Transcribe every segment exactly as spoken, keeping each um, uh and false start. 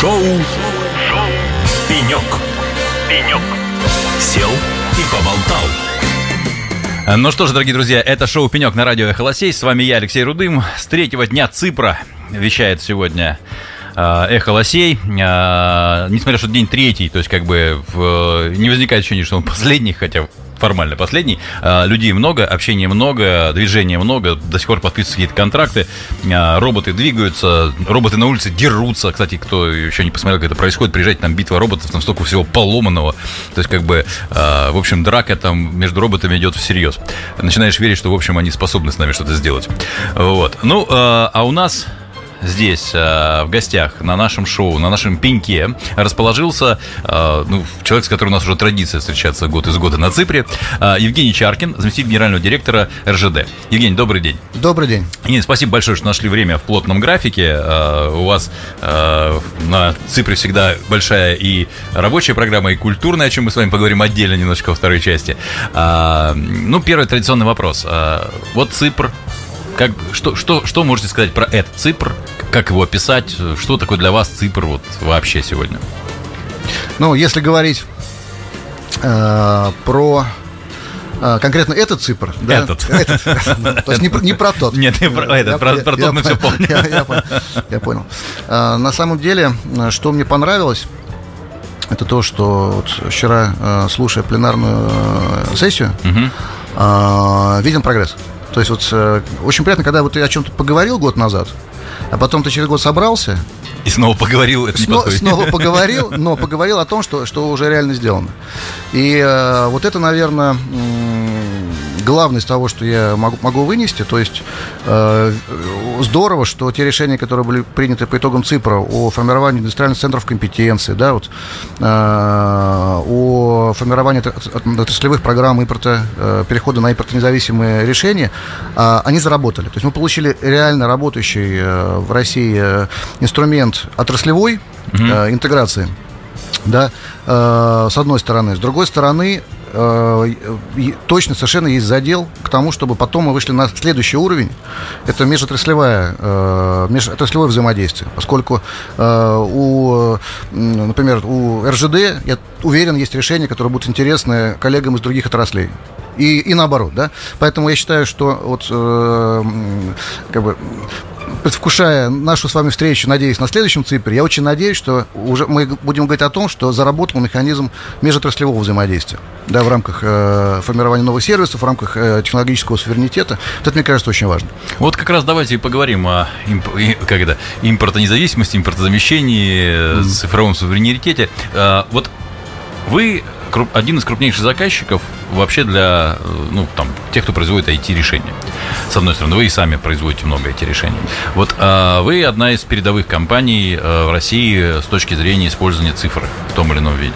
Шоу Шоу Пенек. Пенек. Сел и поболтал. Ну что ж, дорогие друзья, это шоу «Пенек» на радио «Эхо Лосей». С вами я, Алексей Рудым. С третьего дня Ципра вещает сегодня «Эхо Лосей». Несмотря что день третий, то есть как бы в... не возникает ощущения, что он последний, хотя формально последний. Людей много, общения много, движения много, до сих пор подписываются какие-то контракты, роботы двигаются, роботы на улице дерутся. Кстати, кто еще не посмотрел, как это происходит, приезжайте, там битва роботов, там столько всего поломанного. То есть, как бы, в общем, драка там между роботами идет всерьез. Начинаешь верить, что, в общем, они способны с нами что-то сделать. Вот. Ну, а у нас... Здесь, э, в гостях, на нашем шоу, на нашем пеньке расположился э, ну, человек, с которым у нас уже традиция встречаться год из года на Ципре, э, Евгений Чаркин, заместитель генерального директора эр жэ дэ. Евгений, добрый день. Добрый день. Евгений, спасибо большое, что нашли время в плотном графике. Э, у вас э, на Ципре всегда большая и рабочая программа, и культурная, о чем мы с вами поговорим отдельно немножко во второй части. Э, ну, первый традиционный вопрос. Э, вот Ципр. Как, что, что, что можете сказать про этот Ципр? Как его описать? Что такое для вас Ципр вот вообще сегодня? Ну, если говорить э, про э, конкретно этот Ципр, да? Этот. этот. То есть не, не про тот. Нет, не про этот, про, про тот мы все помним. Я, я понял. Я понял. Э, на самом деле, что мне понравилось, это то, что вот вчера, э, слушая пленарную сессию, угу. э, виден прогресс. То есть вот э, очень приятно, когда вот ты о чем-то поговорил год назад, а потом ты через год собрался и снова поговорил, это не сно, подходит. Снова поговорил, но поговорил о том, что, что уже реально сделано. И э, вот это, наверное, главное из того, что я могу, могу вынести. То есть э, здорово, что те решения, которые были приняты по итогам Ципра о формировании индустриальных центров компетенции, да, вот, э, о формировании отраслевых программ импорта, э, перехода на импортонезависимые решения, э, они заработали. То есть мы получили реально работающий э, в России э, инструмент отраслевой угу. э, интеграции, да, э, с одной стороны. С другой стороны, э, точно совершенно есть задел к тому, чтобы потом мы вышли на следующий уровень. Это межотраслевое, э, межотраслевое взаимодействие. Поскольку э, у, например, у эр жэ дэ, я уверен, есть решения, которые будут интересны коллегам из других отраслей. И, и наоборот, да. Поэтому я считаю, что вот э, как бы предвкушая нашу с вами встречу, надеюсь, на следующем Ципре, я очень надеюсь, что уже мы будем говорить о том, что заработал механизм межотраслевого взаимодействия, да, в рамках э, формирования новых сервисов, в рамках э, технологического суверенитета. Вот это, мне кажется, очень важно. Вот как раз давайте и поговорим о имп... как это, импортонезависимости, импортозамещении, mm-hmm. цифровом суверенитете. А, вот вы один из крупнейших заказчиков вообще для, ну, там, тех, кто производит ай ти-решения. С одной стороны, вы и сами производите много ай ти-решений. Вот а вы одна из передовых компаний в России с точки зрения использования цифр в том или ином виде.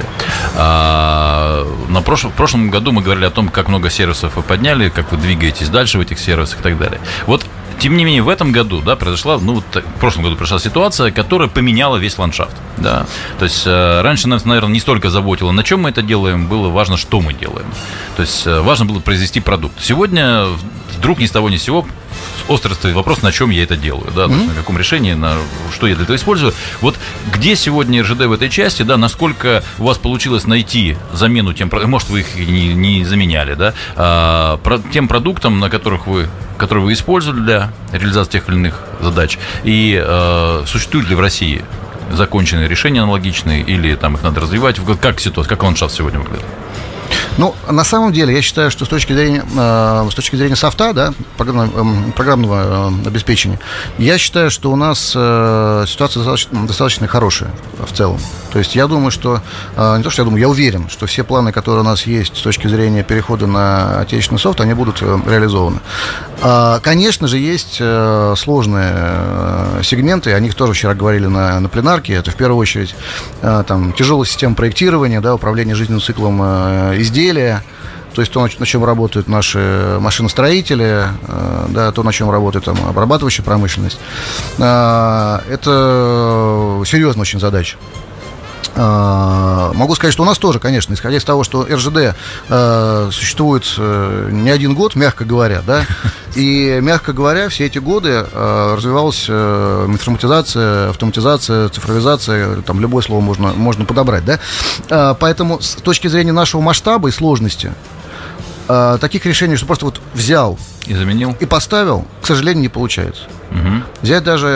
А, на прошлом, в прошлом году мы говорили о том, как много сервисов вы подняли, как вы двигаетесь дальше в этих сервисах и так далее. Вот, тем не менее, в этом году, да, произошла, ну, в прошлом году произошла ситуация, которая поменяла весь ландшафт, да. То есть э, раньше нас, наверное, не столько заботило, на чем мы это делаем, было важно, что мы делаем. То есть э, важно было произвести продукт. Сегодня вдруг ни с того ни с сего остро стоит вопрос, на чем я это делаю, да, mm-hmm. то есть на каком решении, на что я для этого использую. Вот где сегодня эр жэ дэ в этой части, да, насколько у вас получилось найти замену тем, может, вы их не, не заменяли, да, а, про, тем продуктам, на которых вы, которые вы использовали для реализации тех или иных задач, и а, существуют ли в России законченные решения аналогичные, или там их надо развивать, как ситуация, как ландшафт сегодня выглядит? Ну, на самом деле, я считаю, что с точки зрения, э, с точки зрения софта, да, программного, э, программного э, обеспечения, я считаю, что у нас э, ситуация достаточно, достаточно хорошая в целом. То есть я думаю, что, э, не то, что я думаю, я уверен, что все планы, которые у нас есть с точки зрения перехода на отечественный софт, они будут э, реализованы. Э, конечно же, есть э, сложные э, сегменты, о них тоже вчера говорили на, на пленарке. Это в первую очередь э, там, тяжелая система проектирования, да, управление жизненным циклом э, изделия, то есть то, на чем работают наши машиностроители, да, то, на чем работает там обрабатывающая промышленность. Это серьезная очень задача. Могу сказать, что у нас тоже, конечно, исходя из того, что эр жэ дэ э, существует э, не один год, мягко говоря, да, и, мягко говоря, все эти годы э, развивалась э, информатизация, автоматизация, цифровизация, там любое слово можно, можно подобрать, да, э, поэтому с точки зрения нашего масштаба и сложности, э, таких решений, что просто вот взял и заменил, и поставил, к сожалению, не получается. Угу. Взять даже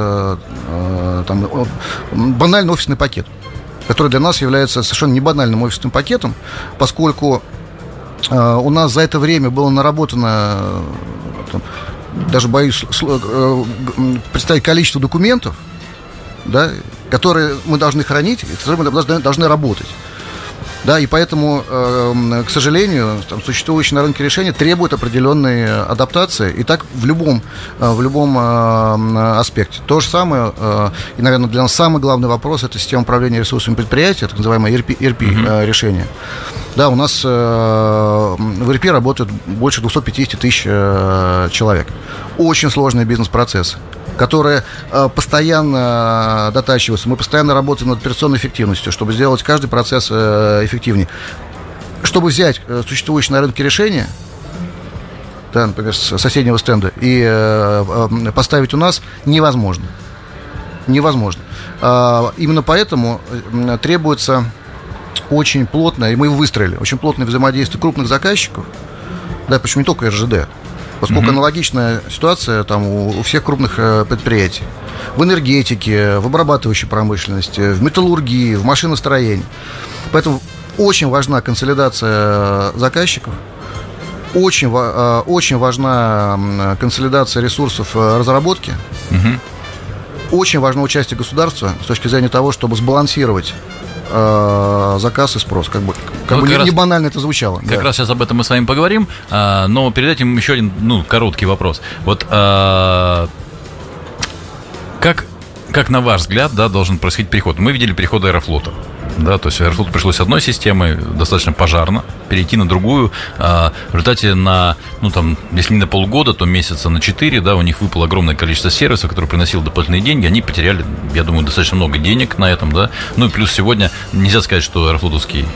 э, там, банальный офисный пакет, который для нас является совершенно не банальным офисным пакетом, поскольку э, у нас за это время было наработано, э, там, даже боюсь э, представить количество документов, да, которые мы должны хранить, которые мы должны, должны работать. Да, и поэтому, э, к сожалению, там, существующие на рынке решения требуют определенной адаптации, и так в любом, э, в любом э, аспекте. То же самое, э, и, наверное, для нас самый главный вопрос – это система управления ресурсами предприятия, так называемое эр пи, эр пи mm-hmm. э, решение. Да, у нас э, в эр пи работают больше двести пятьдесят тысяч э, человек. Очень сложный бизнес-процесс, которые э, постоянно дотачиваются. Мы постоянно работаем над операционной эффективностью, чтобы сделать каждый процесс э, эффективнее. Чтобы взять э, существующие на рынке решения, да, например, с соседнего стенда, и э, э, поставить у нас невозможно. Невозможно. Э, именно поэтому э, требуется очень плотное, и мы его выстроили, очень плотное взаимодействие крупных заказчиков, да, почему не только эр жэ дэ, поскольку mm-hmm. аналогичная ситуация там у, у всех крупных э, предприятий. В энергетике, в обрабатывающей промышленности, в металлургии, в машиностроении. Поэтому очень важна консолидация заказчиков, очень, э, очень важна консолидация ресурсов разработки, mm-hmm. очень важно участие государства с точки зрения того, чтобы сбалансировать э, заказ и спрос. Как бы, как бы не, раз, не банально это звучало. Как да. раз сейчас об этом мы с вами поговорим, а, но перед этим еще один, ну, короткий вопрос. Вот а, как, как на ваш взгляд, да, должен происходить переход? Мы видели переход Аэрофлота. Да, то есть Аэрофлоту пришлось с одной системы, достаточно пожарно, перейти на другую. А, в результате на, ну там, если не на полгода, то месяца на четыре, да, у них выпало огромное количество сервисов, которые приносили дополнительные деньги. Они потеряли, я думаю, достаточно много денег на этом, да. Ну и плюс сегодня нельзя сказать, что аэрофлотовский,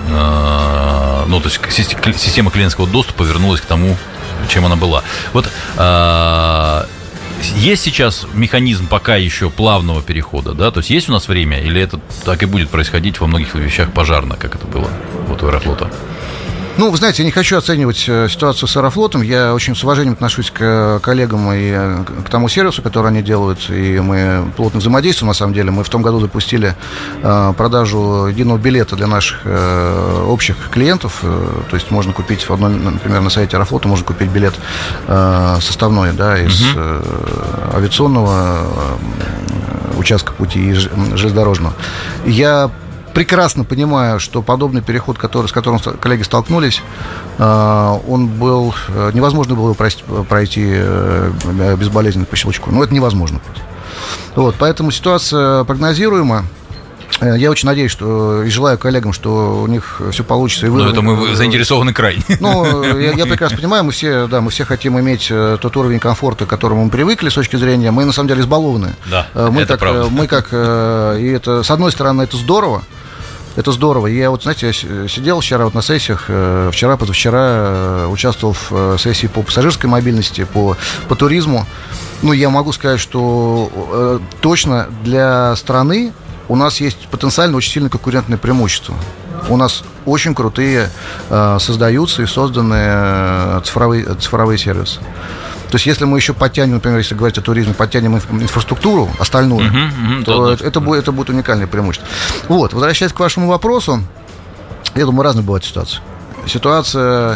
а, ну, то есть система клиентского доступа вернулась к тому, чем она была. Вот а, есть сейчас механизм пока еще плавного перехода, да? То есть есть у нас время, или это так и будет происходить во многих вещах пожарно, как это было вот у Аэрофлота? Ну, вы знаете, я не хочу оценивать ситуацию с Аэрофлотом. Я очень с уважением отношусь к коллегам и к тому сервису, который они делают, и мы плотно взаимодействуем, на самом деле. Мы в том году запустили продажу единого билета для наших общих клиентов. То есть можно купить, в одном, например, на сайте Аэрофлота можно купить билет составной, да, из угу. авиационного участка пути и железнодорожного. Я прекрасно понимаю, что подобный переход, который, с которым коллеги столкнулись, он был, невозможно было пройти безболезненно по щелчку. Ну, это невозможно просто. Вот, поэтому ситуация прогнозируема. Я очень надеюсь, что и желаю коллегам, что у них все получится. И вы, ну, это мы заинтересованы крайне. Ну, я, я прекрасно понимаю, мы все, да, мы все хотим иметь тот уровень комфорта, к которому мы привыкли с точки зрения. Мы, на самом деле, избалованы. Да, мы это как, правда. Мы как, и это, с одной стороны, это здорово. Это здорово. Я вот, знаете, я сидел вчера вот на сессиях, вчера, позавчера участвовал в сессии по пассажирской мобильности, по, по туризму. Ну, я могу сказать, что точно для страны у нас есть потенциально очень сильное конкурентное преимущество. У нас очень крутые создаются и созданы цифровые, цифровые сервисы. То есть, если мы еще подтянем, например, если говорить о туризме, подтянем инфраструктуру остальную, uh-huh, uh-huh, то да, это, да. это, будет, это будет уникальное преимущество. Вот, возвращаясь к вашему вопросу, я думаю, разные бывают ситуации. Ситуация,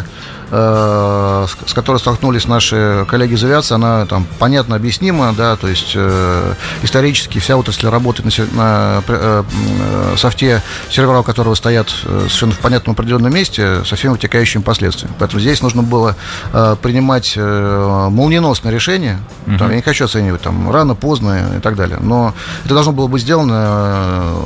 э, с, с которой столкнулись наши коллеги из авиации, она там понятно объяснима, да, то есть э, исторически вся отрасль работает на, на э, софте, сервера у которого стоят совершенно в понятном определенном месте, со всеми вытекающими последствиями. Поэтому здесь нужно было э, принимать э, молниеносное решение. Mm-hmm. Там, я не хочу оценивать там рано, поздно и так далее, но это должно было быть сделано э,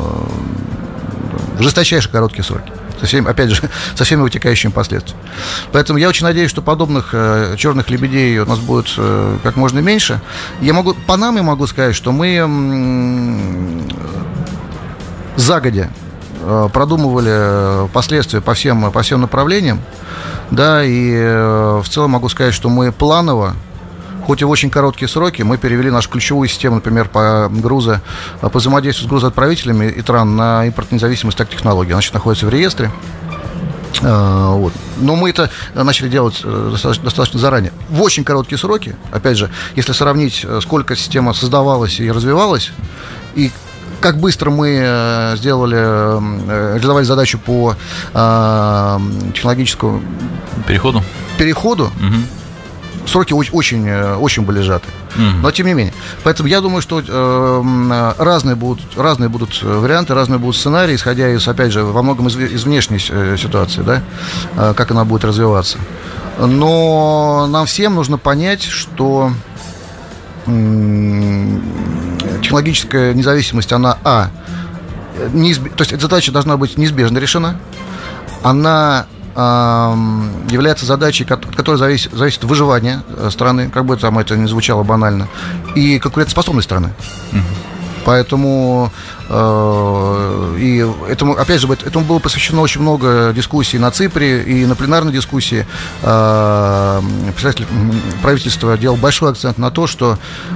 в жесточайшие короткие сроки. Со всеми, опять же, со всеми вытекающими последствиями. Поэтому я очень надеюсь, что подобных э, черных лебедей у нас будет э, как можно меньше. Я могу, по нам я могу сказать, что мы м- загодя продумывали последствия по всем, по всем направлениям, да, и в целом могу сказать, что мы планово, хоть и в очень короткие сроки, мы перевели нашу ключевую систему, например, по грузо, по взаимодействию с грузоотправителями и тран на импортно-независимость так технологии. Она сейчас находится в реестре. Вот. Но мы это начали делать достаточно, достаточно заранее. В очень короткие сроки, опять же, если сравнить, сколько система создавалась и развивалась, и как быстро мы сделали, реализовали задачу по технологическому переходу, переходу угу. Сроки очень, очень были сжаты. Mm-hmm. Но тем не менее. Поэтому я думаю, что э, разные, будут, разные будут варианты, разные будут сценарии, исходя из, опять же, во многом из, из внешней ситуации, да, э, как она будет развиваться. Но нам всем нужно понять, что э, технологическая независимость, она, а, неизб... то есть эта задача должна быть неизбежно решена, она является задачей, от которой зависит, зависит выживание страны, как бы там это ни звучало банально, и конкурентоспособность страны. Uh-huh. Поэтому, э, и этому, опять же, этому было посвящено очень много дискуссий на Ципре и на пленарной дискуссии. Э, представитель правительства делал большой акцент на то, что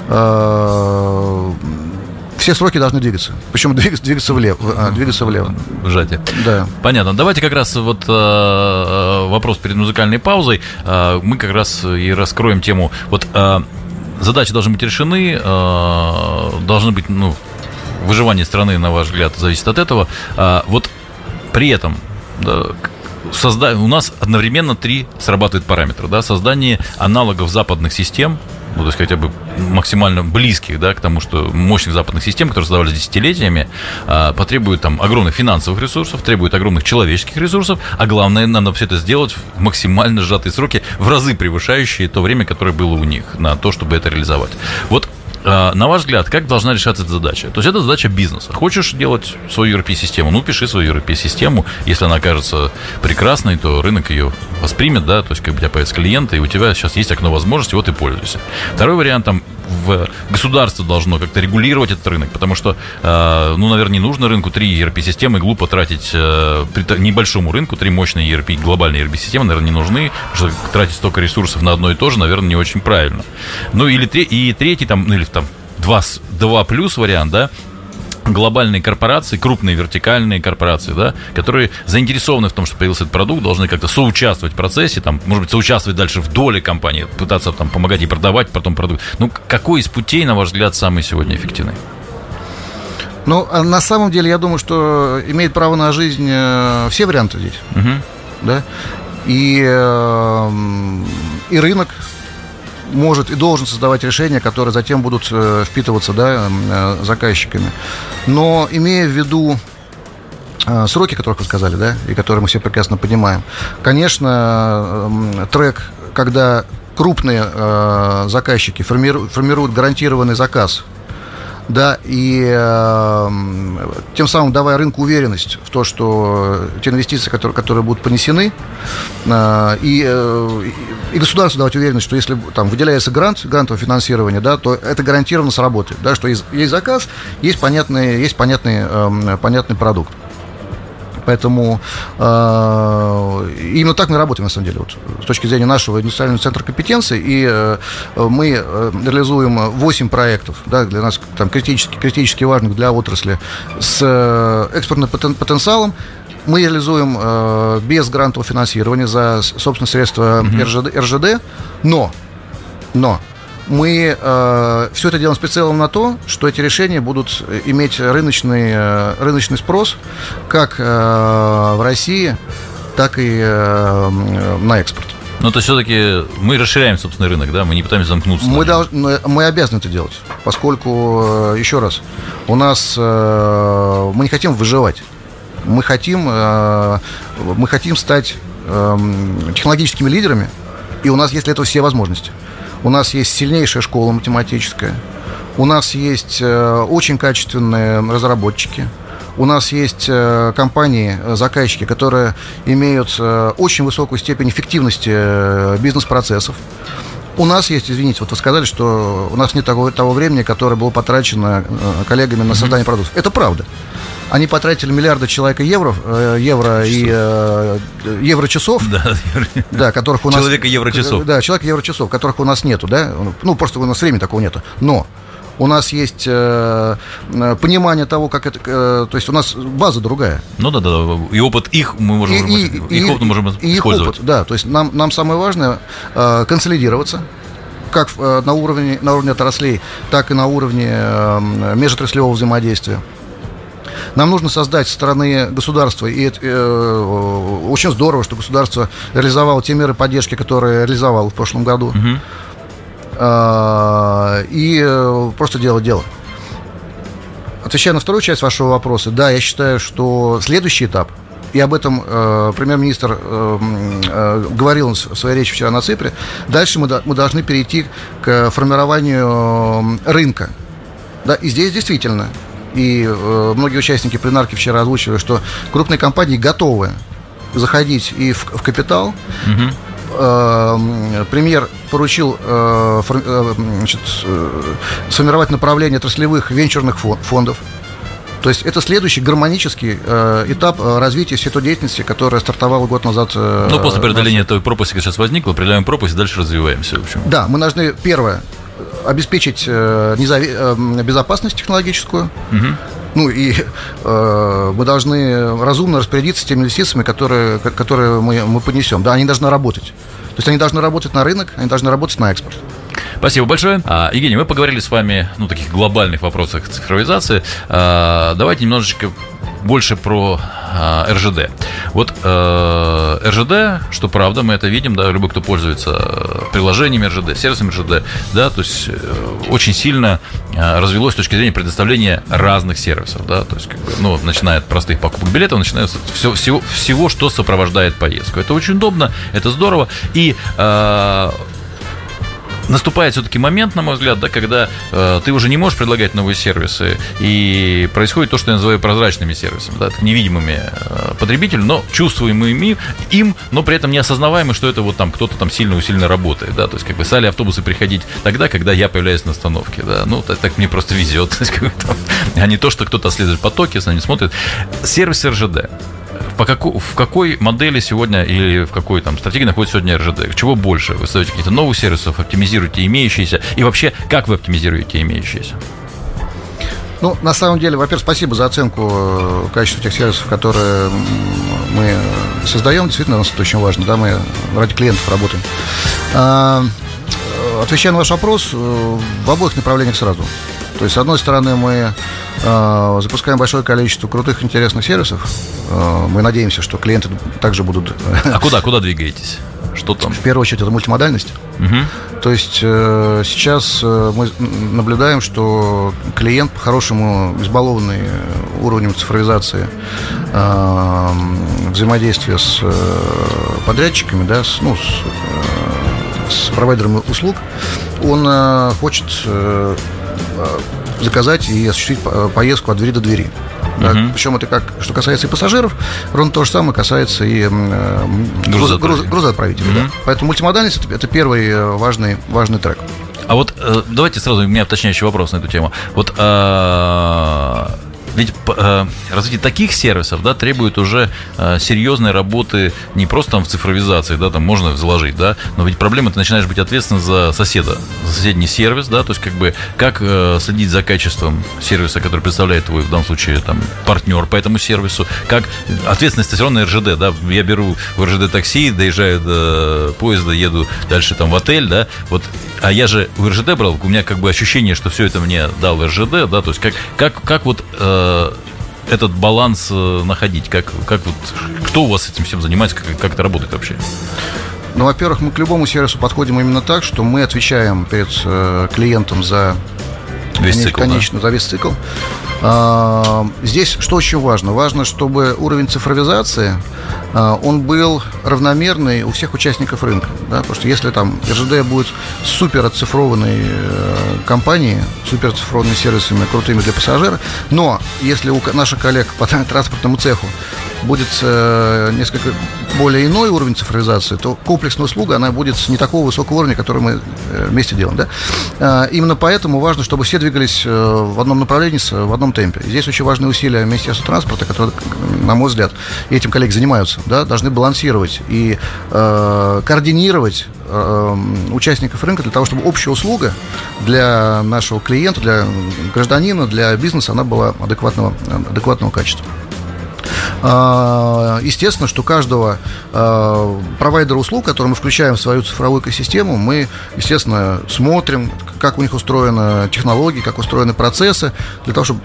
э, все сроки должны двигаться. Причем двигаться, двигаться влево. А, двигаться влево. Сжатие. Да. Понятно. Давайте как раз вот э, вопрос перед музыкальной паузой. Э, мы как раз и раскроем тему. Вот э, задачи должны быть решены, э, должны быть, ну, выживание страны, на ваш взгляд, зависит от этого. Э, вот при этом, да, созда... у нас одновременно три срабатывают параметра. Да? Создание аналогов западных систем, ну, то есть хотя бы максимально близких, да, к тому, что мощных западных систем, которые создавались десятилетиями, а, потребуют там огромных финансовых ресурсов, требуют огромных человеческих ресурсов, а главное, надо все это сделать в максимально сжатые сроки, в разы превышающие то время, которое было у них на то, чтобы это реализовать. Вот, а, на ваш взгляд, как должна решаться эта задача? То есть это задача бизнеса. Хочешь делать свою и эр пи-систему? Ну, пиши свою и эр пи-систему. Если она окажется прекрасной, то рынок ее воспримет, да, то есть как бы у тебя появятся клиенты, и у тебя сейчас есть окно возможностей, вот и пользуйся. Второй вариант, там, в государство должно как-то регулировать этот рынок, потому что, э, ну, наверное, не нужно рынку три и эр пи-системы, глупо тратить э, при небольшому рынку три мощные и эр пи, глобальные и эр пи-системы, наверное, не нужны, потому что тратить столько ресурсов на одно и то же, наверное, не очень правильно. Ну, или и третий, там, ну, или там, два, два плюс вариант, да, глобальные корпорации, крупные вертикальные корпорации, да, которые заинтересованы в том, что появился этот продукт, должны как-то соучаствовать в процессе, там, может быть, соучаствовать дальше в доле компании, пытаться там помогать ей продавать потом продукт. Ну, какой из путей, на ваш взгляд, самый сегодня эффективный? Ну, на самом деле, я думаю, что имеет право на жизнь все варианты здесь, угу. Да, и, и рынок может и должен создавать решения, которые затем будут э, впитываться, да, э, заказчиками. Но имея в виду э, сроки, которых вы сказали, да, и которые мы все прекрасно понимаем, конечно, э, трек, когда крупные э, заказчики формируют, формируют гарантированный заказ, да, и э, тем самым давая рынку уверенность в то, что те инвестиции, которые, которые будут понесены, э, и, э, и государству давать уверенность, что если там выделяется грант, грантовое финансирование, да, то это гарантированно сработает, да, что есть, есть заказ, есть понятный, есть понятный, э, понятный продукт. Поэтому э, именно так мы работаем, на самом деле, вот, с точки зрения нашего индустриального центра компетенций. И э, мы реализуем восемь проектов, да, для нас там, критически, критически важных для отрасли с э, экспортным потен- потенциалом. Мы реализуем э, без грантового финансирования за собственные средства mm-hmm. эр жэ дэ, эр жэ дэ, но, но мы э, все это делаем с прицелом на то, что эти решения будут иметь рыночный, э, рыночный спрос как э, в России, так и э, на экспорт. Но то все-таки мы расширяем собственный рынок, да? Мы не пытаемся замкнуться. Мы, должны, мы обязаны это делать, поскольку, еще раз, у нас э, мы не хотим выживать. Мы хотим, э, мы хотим стать э, технологическими лидерами, и у нас есть для этого все возможности. У нас есть сильнейшая школа математическая, у нас есть э, очень качественные разработчики, у нас есть э, компании, заказчики, которые имеют э, очень высокую степень эффективности э, бизнес-процессов. У нас есть, извините, вот вы сказали, что у нас нет того, того времени, которое было потрачено э, коллегами на создание продуктов. Это правда. они потратили миллиарды человека евро, э, евро и э, евро-часов, да, да, которых у нас... Человека евро-часов. Да, человека евро-часов, которых у нас нету, да, ну, просто у нас времени такого нету, но... У нас есть э, понимание того, как это... Э, то есть у нас база другая. Ну да, да, да. И опыт их мы можем, и, и, их и, опыт мы можем и использовать. Их опыт, да, то есть нам, нам самое важное э, консолидироваться, как э, на, уровне, на уровне отраслей, так и на уровне э, межотраслевого взаимодействия. Нам нужно создать со стороны государства, и это э, очень здорово, что государство реализовало те меры поддержки, которые реализовало в прошлом году. Угу. И просто делать дело. Отвечая на вторую часть вашего вопроса, да, я считаю, что следующий этап, и об этом э, премьер-министр э, э, говорил в своей речи вчера на Ципре, дальше мы, до, мы должны перейти к формированию рынка. Да, и здесь действительно, и э, многие участники пленарки вчера озвучивали, что крупные компании готовы заходить и в, в капитал. Угу. Премьер поручил значит, сформировать направление отраслевых венчурных фондов. То есть это следующий гармонический этап развития всей той деятельности, которая стартовала год назад. Ну, после преодоления нас... той пропасти, которая сейчас возникла, преодолеваем пропасть и дальше развиваемся. В общем. Да, мы должны, первое, обеспечить незави... безопасность технологическую. Угу. Ну и э, мы должны разумно распорядиться теми инвестициями, которые, которые мы, мы понесем. Да, они должны работать. То есть они должны работать на рынок, они должны работать на экспорт. Спасибо большое. А, Евгений, мы поговорили с вами ну, о таких глобальных вопросах цифровизации. А, давайте немножечко больше про а, эр жэ дэ. Вот а, эр жэ дэ, что правда, мы это видим, да, любой, кто пользуется приложениями эр жэ дэ, сервисами эр жэ дэ, да, то есть очень сильно а, развелось с точки зрения предоставления разных сервисов, да, то есть, как бы, ну, начиная от простых покупок билетов, начиная с всего, всего, всего, что сопровождает поездку. Это очень удобно, это здорово, и а, наступает все-таки момент, на мой взгляд, да, когда э, ты уже не можешь предлагать новые сервисы, и происходит то, что я называю прозрачными сервисами, да, невидимыми э, потребителю, но чувствуемыми им, но при этом не осознаваемы, что это вот там кто-то там сильно-усильно работает, да, то есть как бы стали автобусы приходить тогда, когда я появляюсь на остановке, да, ну, так, так мне просто везет, а не то, что кто-то следует потоки, с нами смотрит. Сервис эр жэ дэ. По каку, в какой модели сегодня или в какой там стратегии находится сегодня эр жэ дэ? Чего больше? Вы создаете какие-то новые сервисы, оптимизируете имеющиеся? И вообще, как вы оптимизируете имеющиеся? Ну, на самом деле, во-первых, спасибо за оценку качества тех сервисов, которые мы создаем. Действительно, у нас это очень важно, да, мы ради клиентов работаем. А, отвечая на ваш вопрос, в обоих направлениях сразу. То есть, с одной стороны, мы э, запускаем большое количество крутых, интересных сервисов. Э, мы надеемся, что клиенты также будут... А куда, куда двигаетесь? Что там? В первую очередь, это мультимодальность. Угу. То есть, э, сейчас э, мы наблюдаем, что клиент, по-хорошему, избалованный уровнем цифровизации э, взаимодействия с э, подрядчиками, да, с, ну, с, э, с провайдерами услуг, он э, хочет... Э, заказать и осуществить поездку от двери до двери. Да? Uh-huh. Причем это как, что касается и пассажиров, ровно то же самое касается и э, грузоотправителей. грузоотправителей uh-huh. да? Поэтому мультимодальность – это первый важный, важный трек. А вот э, давайте сразу, у меня уточняющий вопрос на эту тему. Вот э, ведь э, развитие таких сервисов, да, требует уже э, серьезной работы не просто там в цифровизации, да, там можно заложить, да, но ведь проблема, ты начинаешь быть ответственен за соседа, за соседний сервис, да, то есть как бы как э, следить за качеством сервиса, который представляет твой, в данном случае, там, партнер по этому сервису, как ответственность все равно на эр жэ дэ, да, я беру в эр жэ дэ такси, доезжаю до поезда, еду дальше там в отель, да, вот, а я же в эр жэ дэ брал, у меня как бы ощущение, что все это мне дал эр жэ дэ, да, то есть как, как, как вот э, этот баланс находить? Как, как вот, кто у вас этим всем занимается? Как, как это работает вообще? Ну, во-первых, мы к любому сервису подходим именно так, что мы отвечаем перед э, клиентом за весь цикл, конечно, да? за весь цикл. А, здесь что очень важно? Важно, чтобы уровень цифровизации а, он был равномерный у всех участников рынка. Да? Потому что если там эр жэ дэ будет супер оцифрованной э, компанией, супер оцифрованными сервисами, крутыми для пассажира, но если у наших коллег по транспортному цеху будет несколько более иной уровень цифровизации, то комплексная услуга, она будет не такого высокого уровня, который мы вместе делаем. Да? Именно поэтому важно, чтобы все двигались в одном направлении, в одном темпе. Здесь очень важны усилия Министерства транспорта, которые, на мой взгляд, и этим коллеги занимаются, да, должны балансировать и э, координировать э, участников рынка для того, чтобы общая услуга для нашего клиента, для гражданина, для бизнеса, она была адекватного, адекватного качества. Естественно, что каждого провайдера услуг, который мы включаем в свою цифровую экосистему, мы, естественно, смотрим, как у них устроены технологии, как устроены процессы, для того, чтобы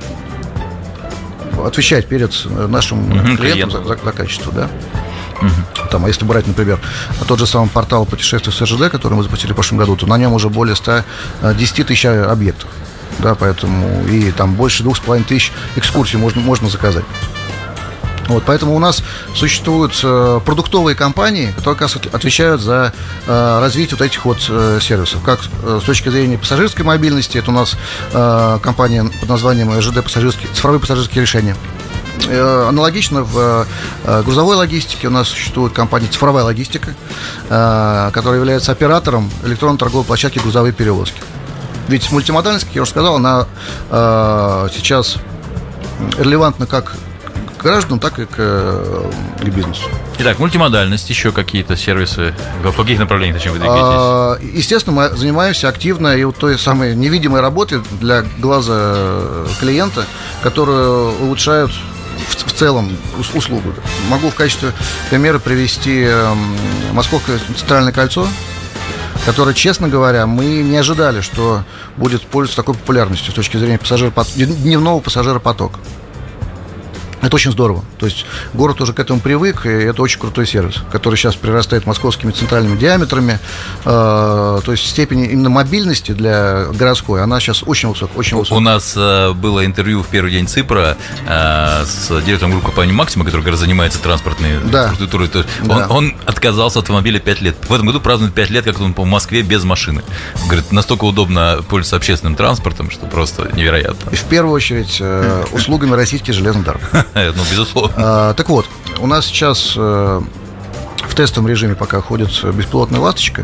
отвечать перед нашим uh-huh, клиентом за, за, за качество, да. Uh-huh. Там, а если брать, например, тот же самый портал путешествий с РЖД, который мы запустили в прошлом году, то на нем уже более ста десяти тысяч объектов, да, поэтому и там больше двух с половиной тысяч экскурсий можно, можно заказать. Вот, поэтому у нас существуют э, продуктовые компании, которые как раз отвечают за э, развитие вот этих вот э, сервисов. Как э, с точки зрения пассажирской мобильности, это у нас э, компания под названием РЖД пассажирские, цифровые пассажирские решения. Э, аналогично в э, грузовой логистике у нас существует компания «Цифровая логистика», э, которая является оператором электронной торговой площадки «Грузовые перевозки». Ведь мультимодальность, как я уже сказал, она э, сейчас релевантна как к гражданам, так и к, к бизнесу. Итак, мультимодальность, еще какие-то сервисы, в каких направлениях, зачем вы двигаетесь? А, естественно, мы занимаемся активно и вот той самой невидимой работой для глаза клиента, которая улучшает в, в целом услугу. Могу в качестве примера привести Московское центральное кольцо, которое, честно говоря, мы не ожидали, что будет пользоваться такой популярностью с точки зрения пассажиропот... дневного пассажиропотока. Это очень здорово. То есть город уже к этому привык, и это очень крутой сервис, который сейчас прирастает московскими центральными диаметрами. Э, то есть степень именно мобильности для городской, она сейчас очень высокая. Очень высокая. У нас э, было интервью в первый день ЦИПРа э, с директором группы компании «Максима», который как раз занимается транспортной да. инфраструктурой. То есть да. он, он отказался от автомобиля пять лет. В этом году празднует пять лет, как он по Москве без машины. Говорит, настолько удобно пользоваться общественным транспортом, что просто невероятно. И в первую очередь э, услугами российских железных дорог. Ну, безусловно. А, так вот, у нас сейчас э, в тестовом режиме пока ходит беспилотная «Ласточка».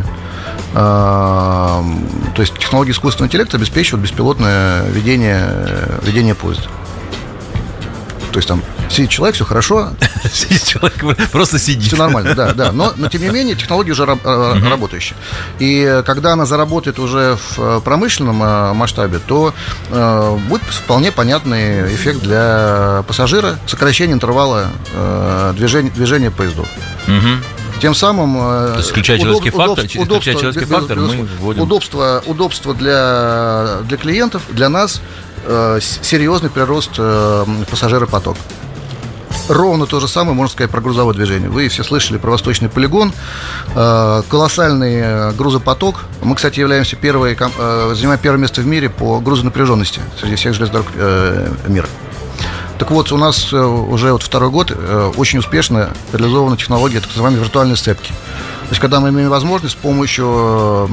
А, то есть технологии искусственного интеллекта обеспечивают беспилотное ведение, ведение поезда. То есть там сидит человек, все хорошо. Сидит человек, просто сидит. Все нормально, да, да. Но, но тем не менее, технология уже uh-huh. работающая. И когда она заработает уже в промышленном масштабе, то э, будет вполне понятный эффект для пассажира, сокращение интервала э, движения, движения поездов. Uh-huh. Тем самым То есть, исключая удоб, человеческий удобство, фактор, удобство, исключая человеческий без, фактор, мы вводим удобство, удобство для, для клиентов, для нас э, серьезный прирост э, пассажиропотока. Ровно то же самое можно сказать про грузовое движение. Вы все слышали про Восточный полигон, э, колоссальный грузопоток. Мы, кстати, являемся первой, э, занимаем первое место в мире по грузонапряженности среди всех железных дорог э, мира. Так вот, у нас уже вот второй год очень успешно реализована технология так называемой виртуальной сцепки. То есть, когда мы имеем возможность с помощью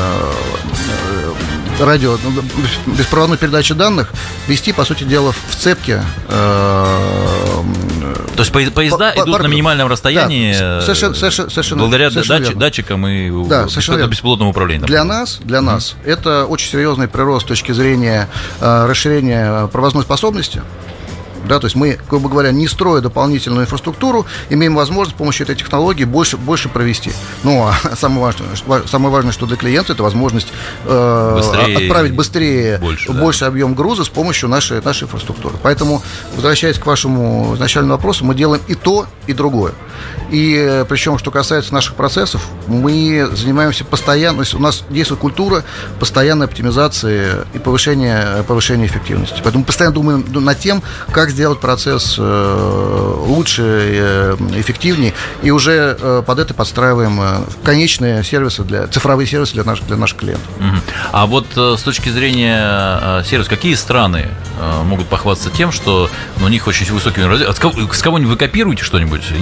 радио, беспроводной передачи данных вести, по сути дела, в цепке. То есть поезда по, идут по, на минимальном расстоянии, да, совершенно, совершенно, благодаря совершенно датч, датчикам и да, беспилотному управлению. Для нас, для mm-hmm. нас это очень серьезный прирост с точки зрения э, расширения провозной способности. Да, то есть мы, грубо говоря, не строя дополнительную инфраструктуру, имеем возможность с помощью этой технологии больше, больше провести. Ну, а самое важное, самое важное, что для клиента, это возможность э, быстрее, отправить быстрее больше, больше да. объем груза с помощью нашей, нашей инфраструктуры. Поэтому, возвращаясь к вашему изначальному вопросу, мы делаем и то, и другое. И причем, что касается наших процессов, мы занимаемся постоянно, то есть у нас действует культура постоянной оптимизации и повышения, повышения эффективности. Поэтому мы постоянно думаем над тем, как сделать процесс лучше, эффективнее, и уже под это подстраиваем конечные сервисы, для, цифровые сервисы для наших, для наших клиентов. А вот с точки зрения сервиса, какие страны могут похвастаться тем, что у них очень высокий... С кого-нибудь вы копируете что-нибудь? Есть у вас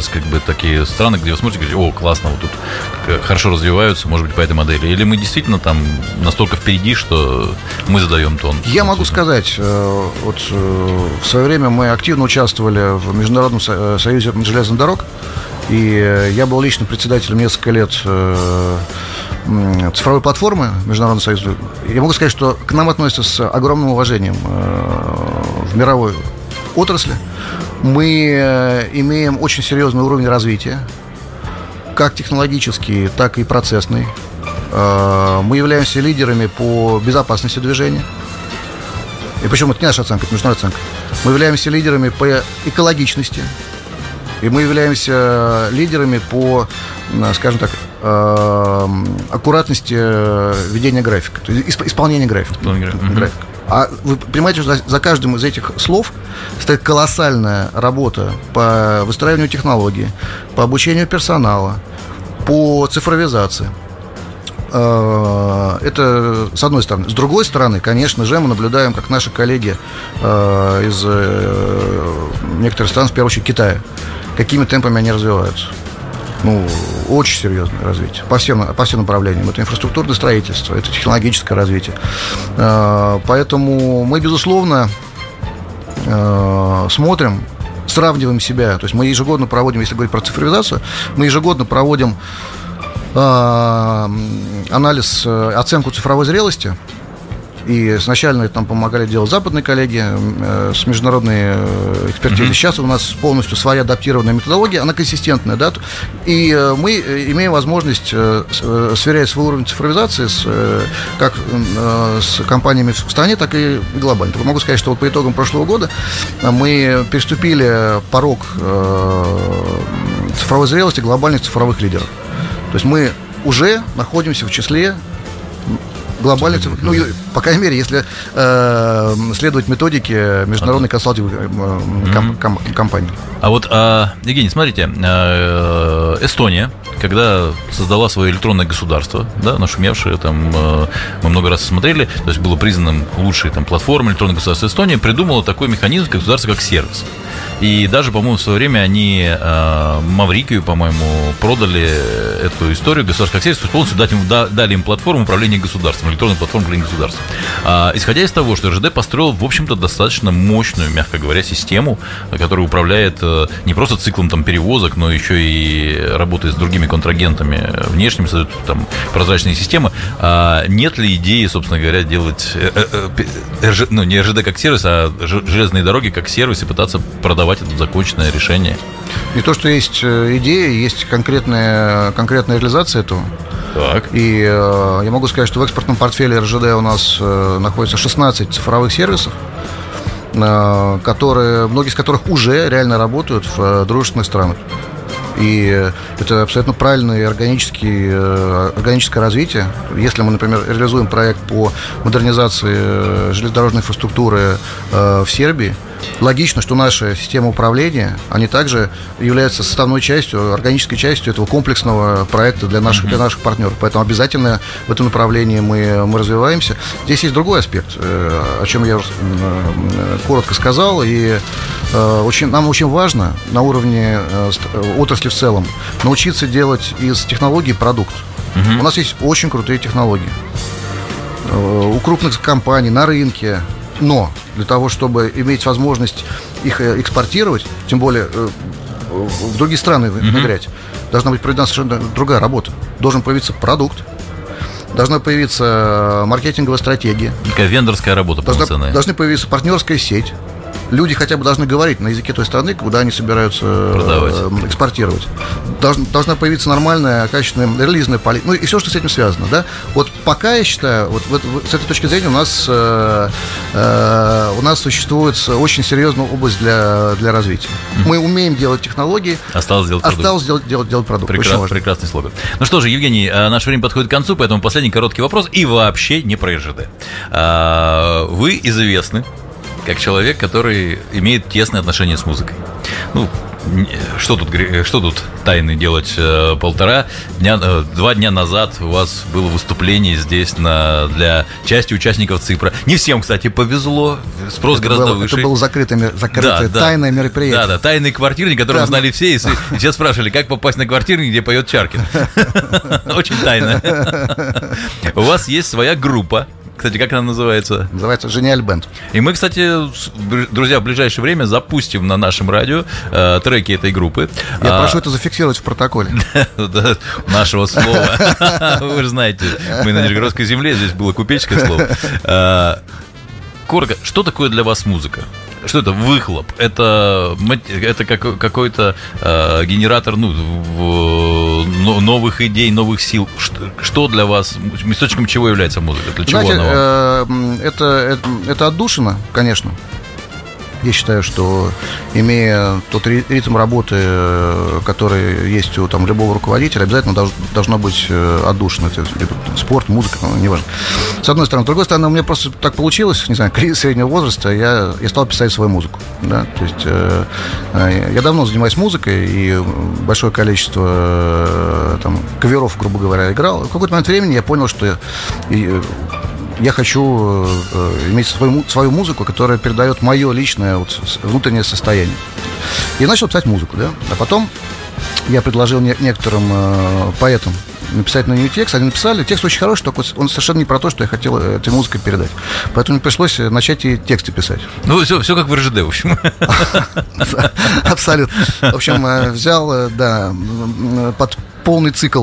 вас как бы такие страны, где вы смотрите и говорите: о, классно, вот тут хорошо развиваются, может быть, по этой модели? Или мы действительно там настолько впереди, что мы задаем тон? Я могу сказать, вот в свое время мы активно участвовали в Международном союзе железных дорог, и я был лично председателем несколько лет цифровой платформы Международного союза. Я могу сказать, что к нам относятся с огромным уважением в мировой отрасли. Мы имеем очень серьезный уровень развития, как технологический, так и процессный. Мы являемся лидерами по безопасности движения. И причем это не наша оценка, это международная оценка. Мы являемся лидерами по экологичности. И мы являемся лидерами по, скажем так, аккуратности ведения графика, то есть исполнения графика. Mm-hmm. А вы понимаете, что за каждым из этих слов стоит колоссальная работа по выстраиванию технологий, по обучению персонала, по цифровизации. Это с одной стороны. С другой стороны, конечно же, мы наблюдаем, как наши коллеги из некоторых стран, в первую очередь Китая, какими темпами они развиваются. Ну, очень серьезное развитие по всем, по всем направлениям. Это инфраструктурное строительство, это технологическое развитие. Поэтому мы, безусловно, смотрим, сравниваем себя. То есть мы ежегодно проводим, если говорить про цифровизацию, мы ежегодно проводим анализ, оценку цифровой зрелости. И сначала это нам помогали делать западные коллеги э, с международной экспертизой. Mm-hmm. Сейчас у нас полностью своя адаптированная методология, она консистентная, да, и э, мы имеем возможность э, сверять свой уровень цифровизации с, э, как э, с компаниями в стране, так и глобально. Только могу сказать, что вот по итогам прошлого года мы переступили порог э, цифровой зрелости глобальных цифровых лидеров. То есть мы уже находимся в числе глобальных, ну, по крайней мере, если э, следовать методике международной консалтинговой э, ком, ком, компании. А вот, а, Евгений, смотрите, э, Эстония, когда создала свое электронное государство, да, нашумевшее, там, э, мы много раз смотрели, то есть было признанным лучшей там платформой электронного государства Эстонии, придумала такой механизм государства как сервис. И даже, по-моему, в свое время они э, Маврикию, по-моему, продали эту историю государства как сервис, то есть полностью дать им, да, дали им платформу управления государством, электронную платформу управления государством. А, исходя из того, что эр жэ дэ построил, в общем-то, достаточно мощную, мягко говоря, систему, которая управляет э, не просто циклом там, перевозок, но еще и работает с другими контрагентами внешними, создает там прозрачные системы. А нет ли идеи, собственно говоря, делать э, э, э, эр жэ, ну, не эр жэ дэ как сервис, а железные дороги как сервис и пытаться продавать это законченное решение? Не то, что есть идея, есть конкретная, конкретная реализация этого. Так. И э, я могу сказать, что в экспортном портфеле эр жэ дэ у нас э, находится шестнадцать цифровых сервисов, э, которые, многие из которых уже реально работают в э, дружественных странах. И это абсолютно правильное органический, органическое развитие. Если мы, например, реализуем проект по модернизации железнодорожной инфраструктуры в Сербии, логично, что наша система управления, они также являются составной частью, органической частью этого комплексного проекта для наших, mm-hmm. для наших партнеров. Поэтому обязательно в этом направлении мы, мы развиваемся. Здесь есть другой аспект, о чем я коротко сказал. И очень, нам очень важно на уровне отрасли в целом научиться делать из технологий продукт. Mm-hmm. У нас есть очень крутые технологии. У крупных компаний на рынке. Но для того, чтобы иметь возможность их экспортировать, тем более в другие страны внедрять, mm-hmm. должна быть проведена совершенно другая работа. Должен появиться продукт, должна появиться маркетинговая стратегия. Такая вендорская работа полноценная. Должна появиться партнерская сеть. Люди хотя бы должны говорить на языке той страны, куда они собираются продавать, экспортировать. Должна, должна появиться нормальная, качественная релизная политика. Ну и все, что с этим связано, да. Вот пока я считаю, вот, вот с этой точки зрения у нас э, э, у нас существует очень серьезная область для, для развития. Mm-hmm. Мы умеем делать технологии. Осталось делать продукт. Осталось делать, делать, делать продукт. Прекрас, прекрасный слоган. Ну что же, Евгений, наше время подходит к концу, поэтому последний короткий вопрос и вообще не про эр жэ дэ. Вы известны как человек, который имеет тесное отношение с музыкой. Ну, что тут, что тут тайны делать? Полтора дня, два дня назад у вас было выступление здесь на, для части участников ЦИПРа. Не всем, кстати, повезло. Спрос это гораздо было, выше. Это было закрытое, закрытое да, тайное да, мероприятие. Да, да, тайный квартирник, который да, знали все. И все спрашивали, как попасть на квартирник, где поет Чаркин. Очень тайно. У вас есть своя группа. Кстати, как она называется? Называется «Genial Band». И мы, кстати, друзья, в ближайшее время запустим на нашем радио э, треки этой группы. Я а, прошу это зафиксировать в протоколе. Нашего слова. Вы же знаете, мы на Нижегородской земле, здесь было купеческое слово. Коротко, что такое для вас музыка? Что это? Выхлоп? Это, это как, какой-то э, генератор ну, в, новых идей, новых сил. Что, что для вас, источником чего является музыка? Для чего Знаете, она вам? Э, это, это, это отдушина, конечно. Я считаю, что имея тот ритм работы, который есть у там, любого руководителя, обязательно долж, должно быть отдушина. Это спорт, музыка, ну, неважно. С одной стороны. С другой стороны, у меня просто так получилось, не знаю, кризис среднего возраста, я, я стал писать свою музыку. Да? То есть э, я давно занимаюсь музыкой, и большое количество э, там, каверов, грубо говоря, играл. В какой-то момент времени я понял, что я, и, я хочу э, иметь свою, свою музыку, которая передает мое личное вот, внутреннее состояние. И начал писать музыку, да. А потом я предложил не, некоторым э, поэтам написать на нее текст. Они написали. Текст очень хороший, только он совершенно не про то, что я хотел этой музыкой передать. Поэтому мне пришлось начать и тексты писать. Ну, все, все как в РЖД, в общем. Абсолютно. В общем, взял, да, под полный цикл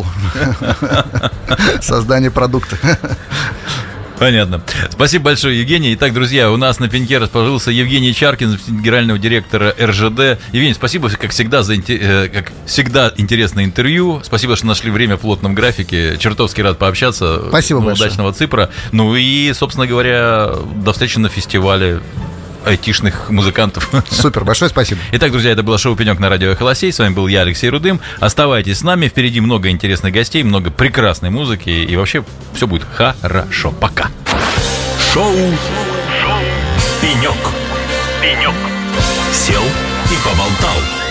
создания продукта. Понятно. Спасибо большое, Евгений. Итак, друзья, у нас на пеньке расположился Евгений Чаркин, генерального директора РЖД. Евгений, спасибо, как всегда, за как всегда интересное интервью. Спасибо, что нашли время в плотном графике. Чертовски рад пообщаться. Спасибо большое. Удачного ЦИПРа. Ну и, собственно говоря, до встречи на фестивале айтишных музыкантов. Супер, большое спасибо. Итак, друзья, это было шоу «Пенек» на радио «Эхо Лосей». С вами был я, Алексей Рудым. Оставайтесь с нами. Впереди много интересных гостей, много прекрасной музыки. И вообще все будет хорошо. Пока. Шоу, шоу «Пенек». «Пенек». Сел и поболтал.